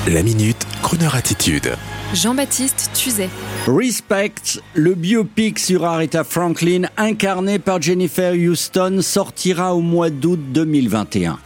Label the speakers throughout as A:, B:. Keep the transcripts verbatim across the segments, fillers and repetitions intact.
A: La Minute, Crooner Attitude.
B: Jean-Baptiste Tuzet.
C: Respect, le biopic sur Aretha Franklin, incarné par Jennifer Huston, sortira au mois d'août deux mille vingt et un.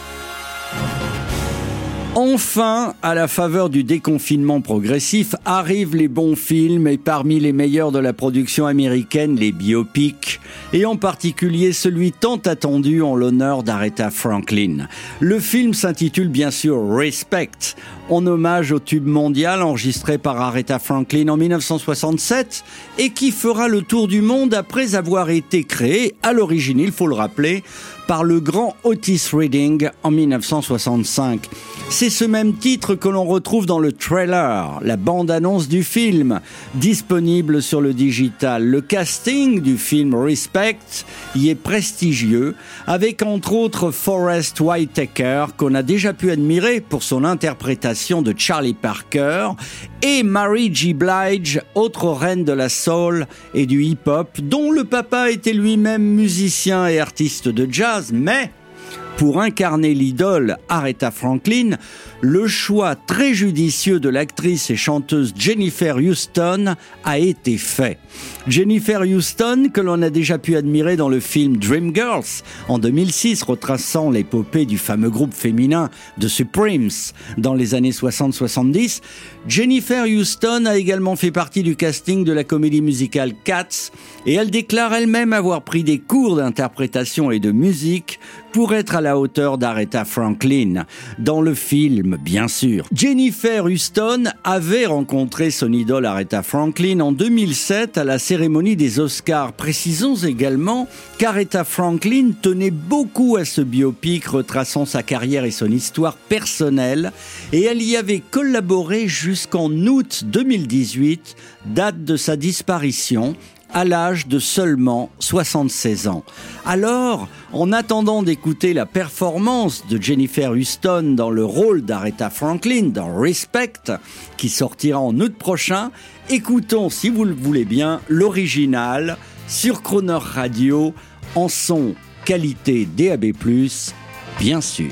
C: Enfin, à la faveur du déconfinement progressif, arrivent les bons films et parmi les meilleurs de la production américaine, les biopics, et en particulier celui tant attendu en l'honneur d'Aretha Franklin. Le film s'intitule bien sûr Respect, en hommage au tube mondial enregistré par Aretha Franklin en dix-neuf cent soixante-sept et qui fera le tour du monde après avoir été créé, à l'origine, il faut le rappeler, par le grand Otis Redding en dix-neuf cent soixante-cinq. C'est ce même titre que l'on retrouve dans le trailer, la bande-annonce du film, disponible sur le digital. Le casting du film Respect y est prestigieux, avec entre autres Forest Whitaker, qu'on a déjà pu admirer pour son interprétation de Charlie Parker, et Mary J. Blige, autre reine de la soul et du hip-hop, dont le papa était lui-même musicien et artiste de jazz, mais pour incarner l'idole Aretha Franklin, le choix très judicieux de l'actrice et chanteuse Jennifer Huston a été fait. Jennifer Huston, que l'on a déjà pu admirer dans le film Dreamgirls en deux mille six, retraçant l'épopée du fameux groupe féminin The Supremes dans les années soixante soixante-dix, Jennifer Huston a également fait partie du casting de la comédie musicale Cats et elle déclare elle-même avoir pris des cours d'interprétation et de musique pour être à la hauteur d'Aretha Franklin. Dans le film, bien sûr. Jennifer Huston avait rencontré son idole Aretha Franklin en deux mille sept à la cérémonie des Oscars. Précisons également qu'Aretha Franklin tenait beaucoup à ce biopic retraçant sa carrière et son histoire personnelle et elle y avait collaboré jusqu'en août deux mille dix-huit, date de sa disparition, à l'âge de seulement soixante-seize ans. Alors, en attendant d'écouter la performance de Jennifer Huston dans le rôle d'Aretha Franklin dans Respect, qui sortira en août prochain, écoutons, si vous le voulez bien, l'original sur Crooner Radio, en son qualité D A B plus, bien sûr.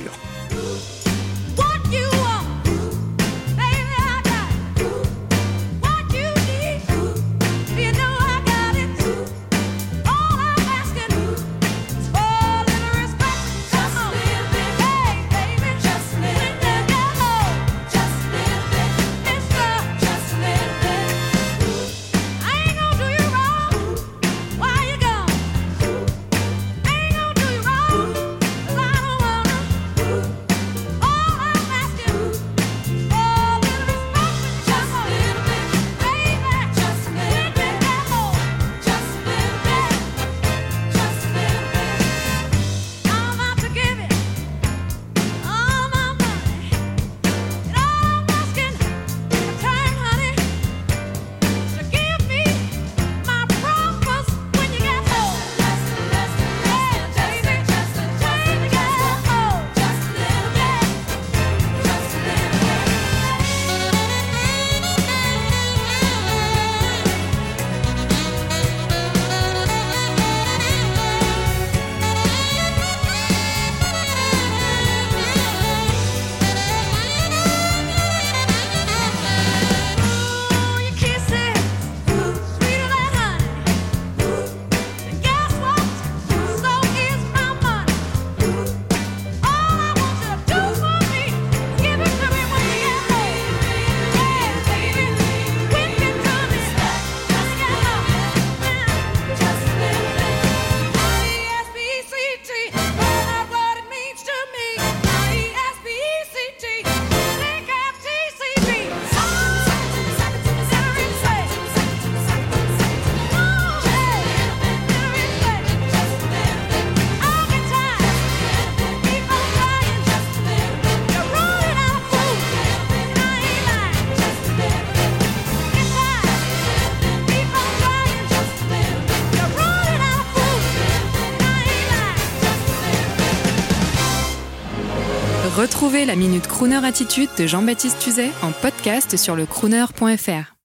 B: Retrouvez la Minute Crooner Attitude de Jean-Baptiste Tuzet en podcast sur le crooner point f r.